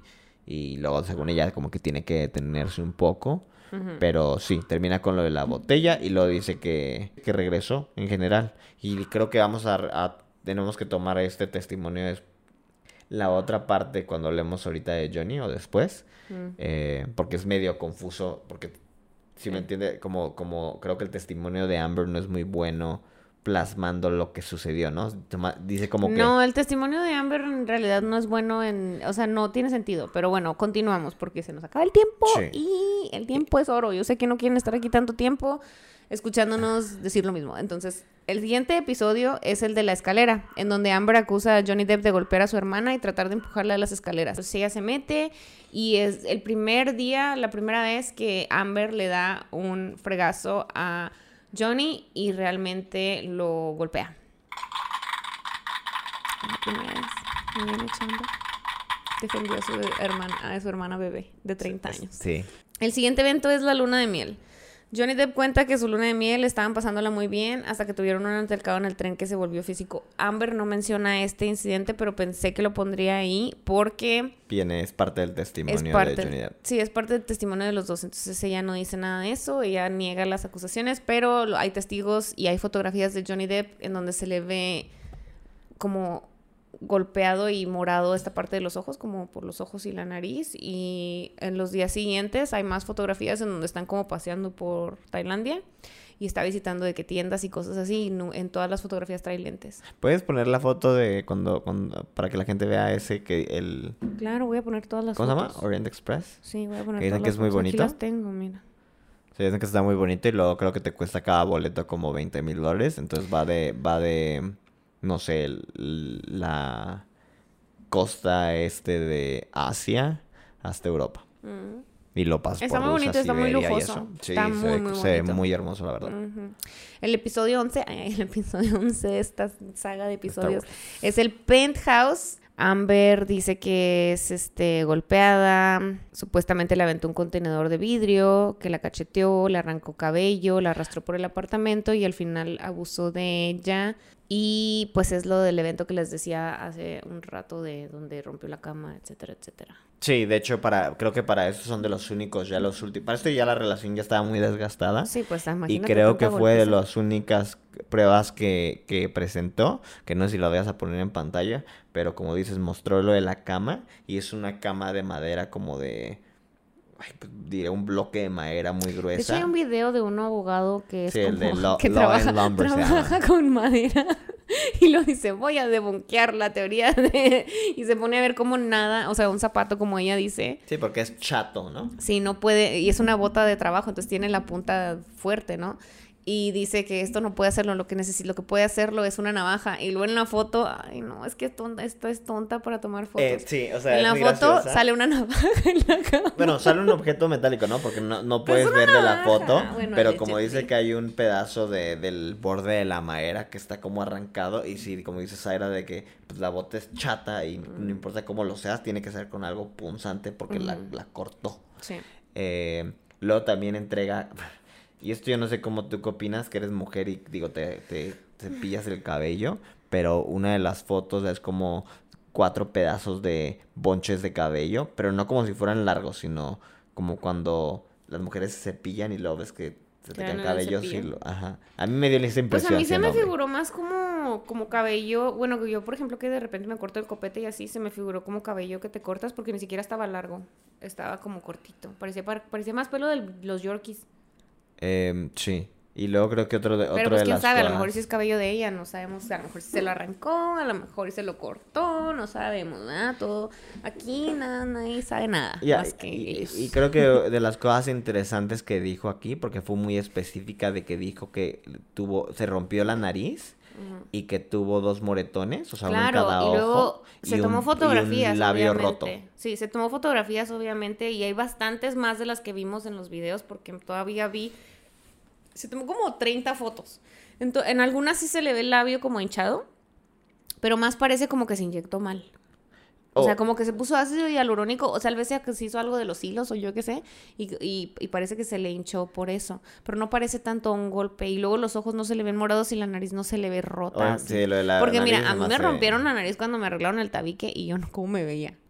y luego según ella como que tiene que detenerse un poco. Pero sí, termina con lo de la botella y luego dice que regresó en general. Y creo que tenemos que tomar este testimonio de la otra parte cuando hablemos ahorita de Johnny o después. Porque es medio confuso, porque si me entiende, como creo que el testimonio de Amber no es muy bueno plasmando lo que sucedió, ¿no? Dice como que... No, el testimonio de Amber en realidad no es bueno o sea, no tiene sentido. Pero bueno, continuamos porque se nos acaba el tiempo y el tiempo es oro. Yo sé que no quieren estar aquí tanto tiempo escuchándonos decir lo mismo. Entonces, el siguiente episodio es el de la escalera, en donde Amber acusa a Johnny Depp de golpear a su hermana y tratar de empujarla a las escaleras. Entonces ella se mete y es el primer día, la primera vez que Amber le da un fregazo a Johnny y realmente lo golpea. La primera vez. Muy bien echando. Defendió a su hermana bebé de 30 años. Sí. El siguiente evento es la luna de miel. Johnny Depp cuenta que su luna de miel estaban pasándola muy bien hasta que tuvieron un altercado en el tren que se volvió físico. Amber no menciona este incidente, pero pensé que lo pondría ahí porque... Es parte del testimonio de Johnny Depp. Sí, es parte del testimonio de los dos. Entonces ella no dice nada de eso, ella niega las acusaciones, pero hay testigos y hay fotografías de Johnny Depp en donde se le ve como golpeado y morado esta parte de los ojos, como por los ojos y la nariz. Y en los días siguientes hay más fotografías en donde están como paseando por Tailandia y está visitando de qué tiendas y cosas así, y en todas las fotografías trae lentes. ¿Puedes poner la foto de cuando para que la gente vea ese que el... Claro, voy a poner todas las fotos. ¿Cómo se llama? Orient Express. Sí, voy a poner que dicen todas que es muy bonito. Aquí las tengo, mira. Sí, dicen que está muy bonito y luego creo que te cuesta cada boleto como $20,000. Entonces va de no sé, la costa de Asia hasta Europa. Y lo pasas está por muy bonito, Rusia, está muy Siberia lujoso. Sí, está muy bonito. Se ve muy hermoso, la verdad. El episodio 11 de esta saga de episodios es el penthouse. Amber dice que es golpeada, supuestamente le aventó un contenedor de vidrio, que la cacheteó, le arrancó cabello, la arrastró por el apartamento y al final abusó de ella. Y pues es lo del evento que les decía hace un rato de donde rompió la cama, etcétera, etcétera. Sí, de hecho, creo que para eso son de los únicos, ya los últimos. Para esto ya la relación ya estaba muy desgastada. Sí, pues imagínate. Y creo que fue de las únicas pruebas que presentó, que no sé si lo vayas a poner en pantalla, pero como dices, mostró lo de la cama, y es una cama de madera como de... pues, diré un bloque de madera muy gruesa. De hecho, hay un video de un abogado que es como que trabaja con madera y lo dice, voy a debunkear la teoría y se pone a ver cómo nada, o sea, un zapato como ella dice. Sí, porque es chato, ¿no? Sí, no puede, y es una bota de trabajo, entonces tiene la punta fuerte, ¿no? Y dice que esto no puede hacerlo, lo que puede hacerlo es una navaja. Y luego en la foto, ay no, es que esta es tonta para tomar fotos. Sí, o sea, en la foto graciosa. Sale una navaja en la cama. Bueno, sale un objeto metálico, ¿no? Porque no puedes ver de la foto, bueno, pero como dice que hay un pedazo del borde de la madera que está como arrancado, y sí, como dice Zaira, de que pues, la bota es chata y no importa cómo lo seas, tiene que ser con algo punzante porque la cortó. Sí. Luego también entrega... Y esto yo no sé cómo tú qué opinas, que eres mujer y digo, te cepillas el cabello, pero una de las fotos es como 4 pedazos de bonches de cabello, pero no como si fueran largos, sino como cuando las mujeres se cepillan y luego ves que se te caen cabellos y ajá. A mí me dio esa impresión. Pues a mí se me figuró más como cabello, bueno, yo por ejemplo que de repente me corto el copete y así, se me figuró como cabello que te cortas porque ni siquiera estaba largo, estaba como cortito, parecía más pelo de los Yorkies. Sí. Y luego creo que otro de pero pues de quién las sabe, cosas... a lo mejor si es cabello de ella, no sabemos, a lo mejor si se lo arrancó, a lo mejor si se lo cortó, no sabemos, nada, todo, aquí nadie sabe nada, más que ellos. Y creo que de las cosas interesantes que dijo aquí, porque fue muy específica de que dijo que se rompió la nariz y que tuvo 2 moretones, o sea, uno en cada ojo. Y luego se tomó fotografías, y un labio obviamente. roto. Sí, se tomó fotografías, obviamente, y hay bastantes más de las que vimos en los videos, porque todavía se tomó como 30 fotos. En algunas sí se le ve el labio como hinchado, pero más parece como que se inyectó mal. O sea, como que se puso ácido hialurónico, o tal vez sea que se hizo algo de los hilos o yo qué sé, y parece que se le hinchó por eso. Pero no parece tanto un golpe. Y luego los ojos no se le ven morados y la nariz no se le ve rota. Sí, lo de la porque nariz mira, a mí me rompieron la nariz cuando me arreglaron el tabique y yo no, ¿cómo me veía?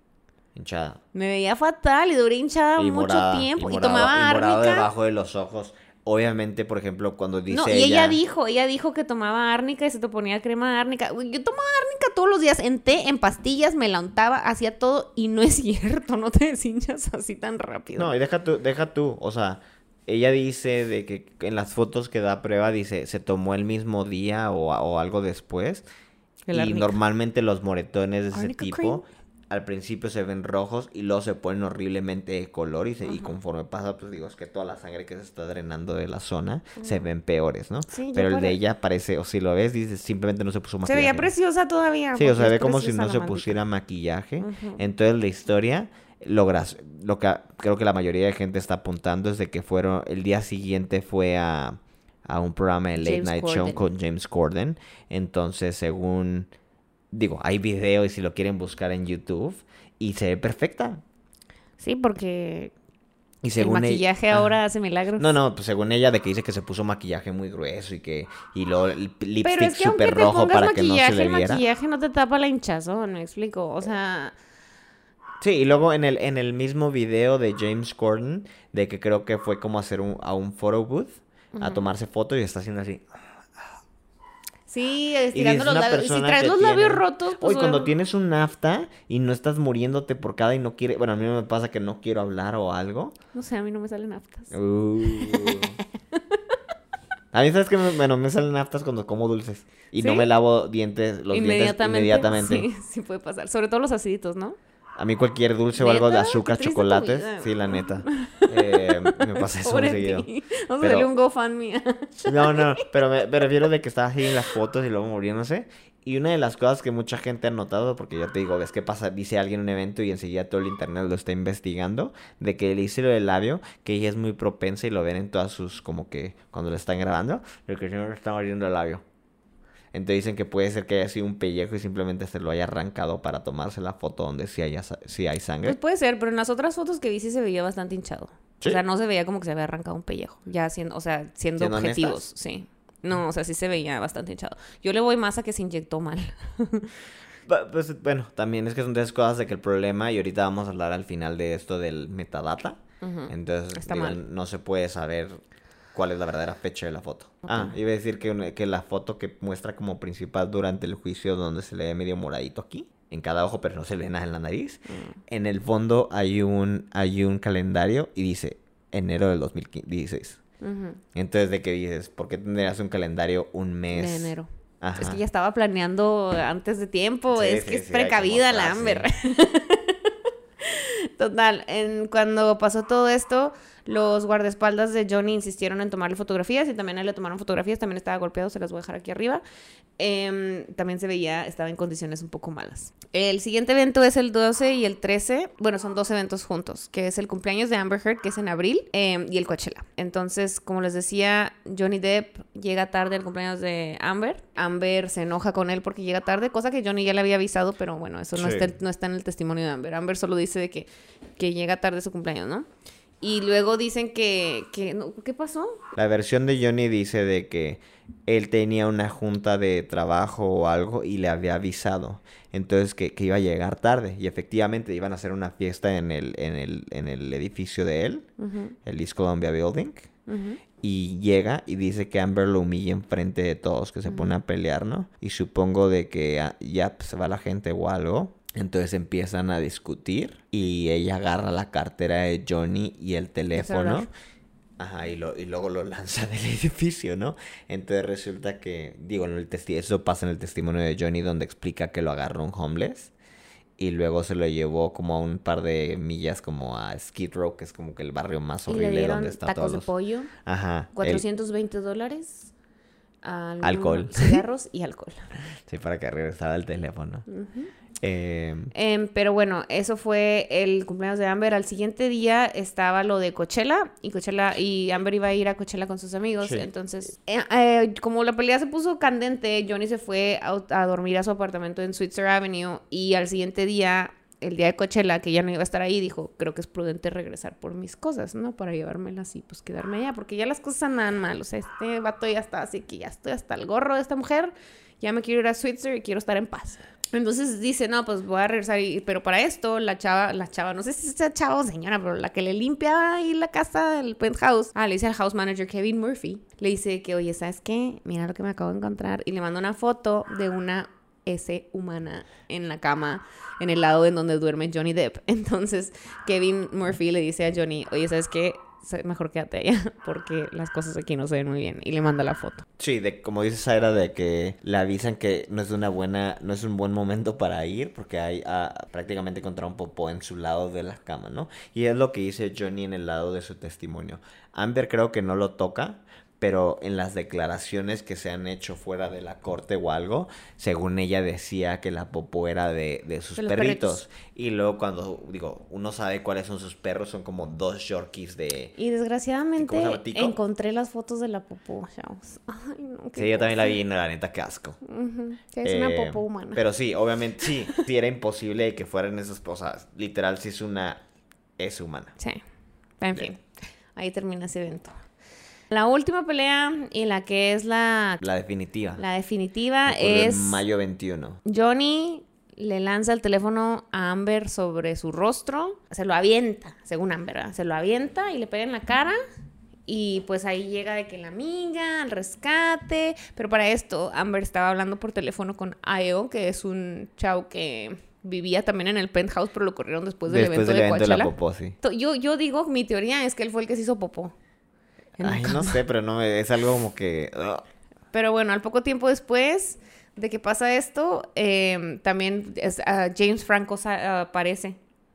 hinchada. Me veía fatal y duré hinchada Y mucho morada, tiempo. y Y morado, tomaba y morado árnica. debajo de los ojos. Obviamente, por ejemplo, cuando dice No, y ella dijo que tomaba árnica y se te ponía crema de árnica. Uy, yo tomaba árnica todos los días, en té, en pastillas, me la untaba, hacía todo y no es cierto, no te deshinchas así tan rápido. No, y deja tú, o sea, ella dice de que en las fotos que da prueba, dice, se tomó el mismo día o algo después. El Y árnica. normalmente los moretones de ese Arnica tipo, al principio se ven rojos y luego se ponen horriblemente de color y conforme pasa, pues digo, es que toda la sangre que se está drenando de la zona se ven peores, ¿no? Sí, Pero yo el de por- ella parece, o si lo ves, dices, simplemente no se puso Se maquillaje. veía preciosa todavía. Sí, o porque sea, es ve como si preciosa no la se maldita. pusiera maquillaje. Ujú. Entonces la historia, lo que creo que la mayoría de gente está apuntando es de que fueron, el día siguiente fue a un programa de Late James Night Corden. Show con James Corden. Entonces, según, digo, hay video y si lo quieren buscar en YouTube y se ve perfecta. Sí, porque Y el según maquillaje ahora hace milagros. No, pues según ella de que dice que se puso maquillaje muy grueso y luego el Pero lipstick es que aunque súper te rojo pongas para que no se maquillaje, le el viera. maquillaje no te tapa la hinchazón, me explico. O sea, Sí, y luego en el mismo video de James Corden, de que creo que fue como a hacer a un photo booth, a tomarse fotos y está haciendo así. sí, Y estirando es los una labios. Y si persona traes que los labios tiene- rotos, pues Hoy cuando obviamente- tienes un nafta y no estás muriéndote por cada y no quiere... Bueno, a mí me pasa que no quiero hablar o algo. No sé, a mí no me salen aftas. A mí, ¿sabes que bueno, me salen naftas cuando como dulces. Y no ¿Sí? me lavo los dientes inmediatamente. Sí, sí puede pasar. Sobre todo los aciditos, ¿no? A mí cualquier dulce o algo de ¿Neta? azúcar, Qué triste tu chocolates. vida. Sí, la neta. Me pasa eso muy Pobre seguido. ti. Vamos a Pero- hacerle un GoFundMe. No, pero me refiero de que estaba así en las fotos y luego muriéndose. Y una de las cosas que mucha gente ha notado, porque yo te digo, ves qué pasa, dice alguien en un evento y enseguida todo el internet lo está investigando, de que le hice lo del labio, que ella es muy propensa y lo ven en todas sus, como que cuando lo están grabando, de que siempre está abriendo el labio. Entonces dicen que puede ser que haya sido un pellejo y simplemente se lo haya arrancado para tomarse la foto donde sí hay sangre. Pues puede ser, pero en las otras fotos que vi sí se veía bastante hinchado. Sí. O sea, no se veía como que se había arrancado un pellejo. Ya siendo, o sea, siendo ¿Siendo objetivos, honestas? sí. No, o sea, sí se veía bastante hinchado. Yo le voy más a que se inyectó mal. Pues bueno, también es que son tres cosas de que el problema, y ahorita vamos a hablar al final de esto del metadata. Ujú. Entonces, Está digo, mal. no se puede saber cuál es la verdadera fecha de la foto. Ah, iba a decir que la foto que muestra como principal durante el juicio donde se le ve medio moradito aquí, en cada ojo, pero no se le ve nada en la nariz. En el fondo hay un calendario y dice enero del 2016. Ujú. Entonces, ¿de qué dices? ¿Por qué tendrías un calendario un mes? De enero. Ajá. Es que ya estaba planeando antes de tiempo. Sí, es sí, que es sí, hay precavida como la atrás, Amber. sí. Total, cuando pasó todo esto, los guardaespaldas de Johnny insistieron en tomarle fotografías y también a él le tomaron fotografías. También estaba golpeado, se las voy a dejar aquí arriba. También se veía, estaba en condiciones un poco malas. El siguiente evento es el 12 y el 13. Bueno, son dos eventos juntos, que es el cumpleaños de Amber Heard, que es en abril, y el Coachella. Entonces, como les decía, Johnny Depp llega tarde al cumpleaños de Amber. Amber se enoja con él porque llega tarde, cosa que Johnny ya le había avisado, pero bueno, eso Sí. no está en el testimonio de Amber. Amber solo dice de que llega tarde a su cumpleaños, ¿no? Y luego dicen no, ¿qué pasó? La versión de Johnny dice de que él tenía una junta de trabajo o algo y le había avisado. Entonces que iba a llegar tarde. Y efectivamente iban a hacer una fiesta en el edificio de él, Ujú, el East Columbia Building. ujú. Y llega y dice que Amber lo humilla enfrente de todos, que se pone a pelear, ¿no? Y supongo de que ya pues, se va la gente o algo. Entonces empiezan a discutir y ella agarra la cartera de Johnny y el teléfono. celular. Ajá, y luego lo lanza del edificio, ¿no? Entonces resulta que, digo, eso pasa en el testimonio de Johnny donde explica que lo agarró un homeless y luego se lo llevó como a un par de millas como a Skid Row, que es como que el barrio más Y le horrible dieron donde está tacos todos de los... pollo, Ajá. $420, Alcohol. cigarros y alcohol. Sí, para que regresara el teléfono. Ujú. Eh, Pero bueno, eso fue el cumpleaños de Amber. Al siguiente día estaba lo de Coachella y Amber iba a ir a Coachella con sus amigos. Sí. Entonces, como la pelea se puso candente, Johnny se fue a dormir a su apartamento en Switzer Avenue y al siguiente día, el día de Coachella, que ya no iba a estar ahí, dijo, creo que es prudente regresar por mis cosas, ¿no? Para llevármelas y pues quedarme allá, porque ya las cosas andaban mal. O sea, este vato ya está así que ya estoy hasta el gorro de esta mujer. ya me quiero ir a Switzer y quiero estar en paz. Entonces dice, no, pues voy a regresar, pero para esto la chava, no sé si es chava o señora, pero la que le limpia ahí la casa del penthouse, le dice al house manager Kevin Murphy, le dice que, oye, ¿sabes qué? Mira lo que me acabo de encontrar, y le manda una foto de una S humana en la cama, en el lado en donde duerme Johnny Depp. Entonces Kevin Murphy le dice a Johnny, oye, ¿sabes qué? Mejor quédate allá porque las cosas aquí no se ven muy bien, y le manda la foto. Sí, como dice Zaira, de que le avisan que no es un buen momento para ir porque hay prácticamente encontrar un popó en su lado de la cama, ¿no? Y es lo que dice Johnny en el lado de su testimonio. Amber creo que no lo toca, pero en las declaraciones que se han hecho fuera de la corte o algo, según ella decía que la popó era de sus perritos. Y luego cuando, uno sabe cuáles son sus perros, son como 2 Yorkies de... Y desgraciadamente encontré las fotos de la popó, chavos. Ay, no, sí, yo también la vi y la neta, qué asco. Que es una popó humana. Pero sí, obviamente, sí era imposible que fueran esas cosas. Literal, sí es humana. Sí, en fin, ahí termina ese evento. La última pelea y la que es la definitiva. La definitiva es... mayo 21. Johnny le lanza el teléfono a Amber sobre su rostro. Se lo avienta, según Amber, ¿verdad? Se lo avienta y le pega en la cara. Y pues ahí llega de que la amiga, al rescate. Pero para esto, Amber estaba hablando por teléfono con Ayo, que es un chavo que vivía también en el penthouse, pero lo corrieron después del evento de Coachella. La popó, sí. Yo digo, mi teoría es que él fue el que se hizo popó. Ay, no sé, pero no es algo como que... Pero bueno, al poco tiempo después de que pasa esto, también James Franco aparece.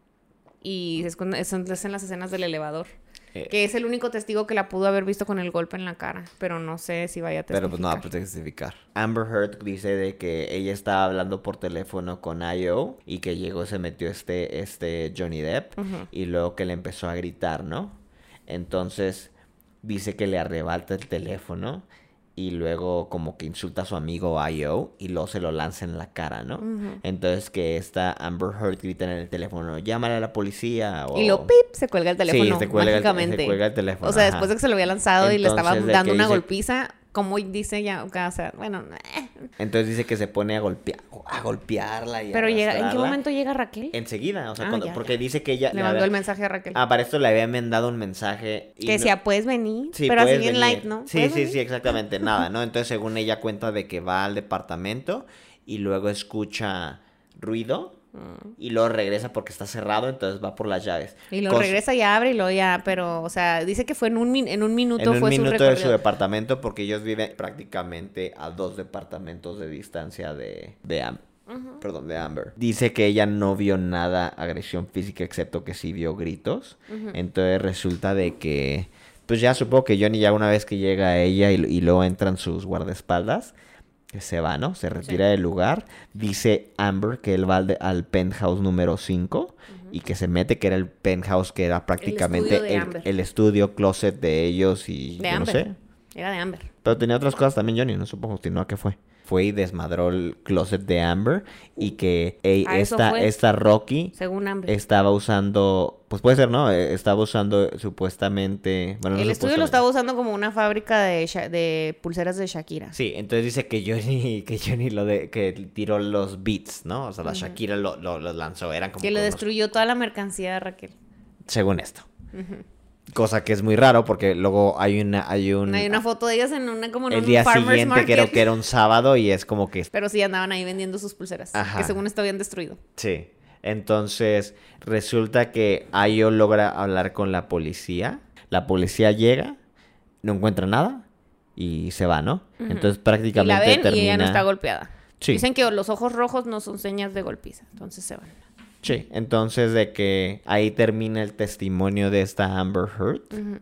Y es en las escenas del elevador. Que es el único testigo que la pudo haber visto con el golpe en la cara. Pero no sé si vaya a testificar. Pero pues no va a testificar. Amber Heard dice de que ella estaba hablando por teléfono con Ayo y que llegó, se metió este Johnny Depp. Y luego que le empezó a gritar, ¿no? Entonces... dice que le arrebata el teléfono y luego como que insulta a su amigo Ayo y luego se lo lanza en la cara, ¿no? Entonces que esta Amber Heard grita en el teléfono, llámale a la policía. Y lo pip, se cuelga el teléfono. Sí, se cuelga mágicamente. El teléfono. O sea, después de que se lo había lanzado y le estaba dando una dice... golpiza, como dice ya, o sea, bueno. Entonces dice que se pone a golpearla y pero ¿en qué momento llega Raquel? Enseguida, o sea, porque dice que ella... Le mandó el mensaje a Raquel. Para esto le habían mandado un mensaje. Y que decía, ¿puedes venir? Sí, pero así bien light, ¿no? Sí, exactamente, nada, ¿no? Entonces, según ella cuenta de que va al departamento y luego escucha ruido. Y luego regresa porque está cerrado, entonces va por las llaves. Y luego regresa y abre y luego ya, pero, o sea, dice que fue en un minuto fue su recorrido. En un minuto de su departamento porque ellos viven prácticamente a 2 departamentos de distancia de Amber. Dice que ella no vio nada agresión física excepto que sí vio gritos. Entonces resulta de que, pues ya supongo que Johnny ya una vez que llega a ella y luego entran sus guardaespaldas, que se va, ¿no? Se retira del lugar. Dice Amber que él va al penthouse número 5 y que se mete, que era el penthouse que era prácticamente el estudio closet de ellos y de yo Amber. No sé. Era de Amber. Pero tenía otras cosas también Johnny, no supongo continuar qué fue. Fue y desmadró el closet de Amber y que esta Rocky según Amber estaba usando, pues puede ser, ¿no? Estaba usando supuestamente... Bueno, el estudio lo estaba usando como una fábrica de pulseras de Shakira. Sí, entonces dice que Johnny que tiró los beats, ¿no? O sea, la Shakira los lanzó, eran como... Que le destruyó toda la mercancía de Raquel. Según esto. Cosa que es muy raro porque luego hay una foto de ellas en el día siguiente creo que era un sábado y es como que... Pero sí andaban ahí vendiendo sus pulseras. Que según esto habían destruido. Sí. Entonces resulta que Ayo logra hablar con la policía. La policía llega, no encuentra nada y se va, ¿no? Entonces prácticamente y la ven termina... y ella no está golpeada. Sí. Dicen que los ojos rojos no son señas de golpiza. Entonces se van. Sí, entonces de que ahí termina el testimonio de esta Amber Heard.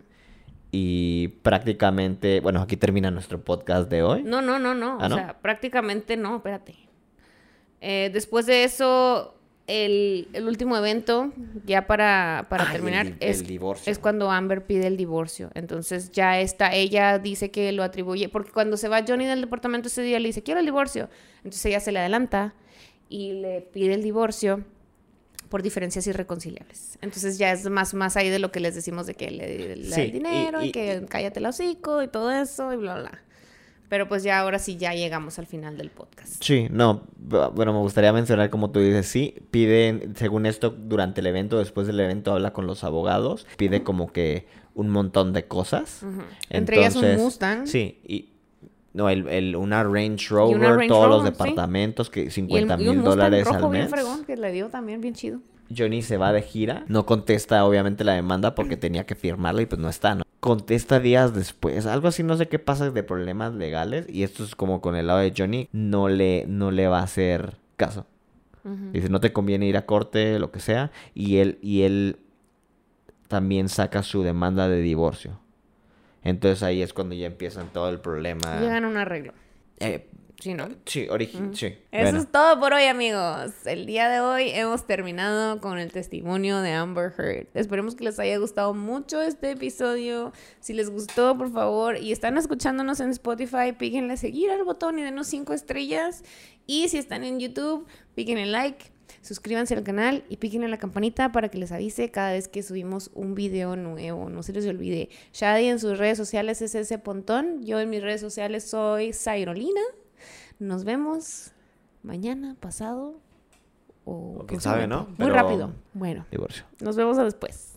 Y prácticamente, bueno, aquí termina nuestro podcast de hoy. No. ¿Ah, no? O sea, prácticamente no, espérate. Después de eso, el último evento, ya para terminar, el divorcio. Es cuando Amber pide el divorcio. Entonces ya ella dice que lo atribuye, porque cuando se va Johnny del departamento ese día le dice, quiero el divorcio. Entonces ella se le adelanta y le pide el divorcio por diferencias irreconciliables. Entonces ya es más ahí de lo que les decimos de que le da el dinero y que cállate el hocico y todo eso y bla, bla. Pero pues ya ahora sí ya llegamos al final del podcast. Sí, no, bueno, me gustaría mencionar, como tú dices, sí, piden, según esto, durante el evento, después del evento habla con los abogados, pide como que un montón de cosas. Uh-huh. Entre ellas un Mustang. Sí, y no, una Range Rover, todos los departamentos, que $50,000 rojo al mes. Bien fregón, que le dio también bien chido. Johnny se va de gira, no contesta obviamente la demanda porque tenía que firmarla y pues no está, ¿no? Contesta días después, algo así, no sé qué pasa de problemas legales, y esto es como con el lado de Johnny, no le va a hacer caso. Uh-huh. Dice, no te conviene ir a corte, lo que sea, y él también saca su demanda de divorcio. Entonces ahí es cuando ya empiezan todo el problema. Llegan a un arreglo. Sí, ¿no? Sí, sí. Eso bueno. Es todo por hoy, amigos. El día de hoy hemos terminado con el testimonio de Amber Heard. Esperemos que les haya gustado mucho este episodio. Si les gustó, por favor, y están escuchándonos en Spotify, píquenle seguir al botón y denos 5 estrellas. Y si están en YouTube, píquenle like, suscríbanse al canal y píquenle la campanita para que les avise cada vez que subimos un video nuevo. No se les olvide. Shadi en sus redes sociales es ese Pontón. Yo en mis redes sociales soy Zairolina. Nos vemos mañana, pasado o quién sabe, ¿no? Muy rápido. Bueno, divorcio. Nos vemos después.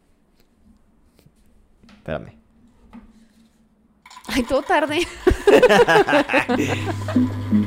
Espérame. Ay, todo tarde.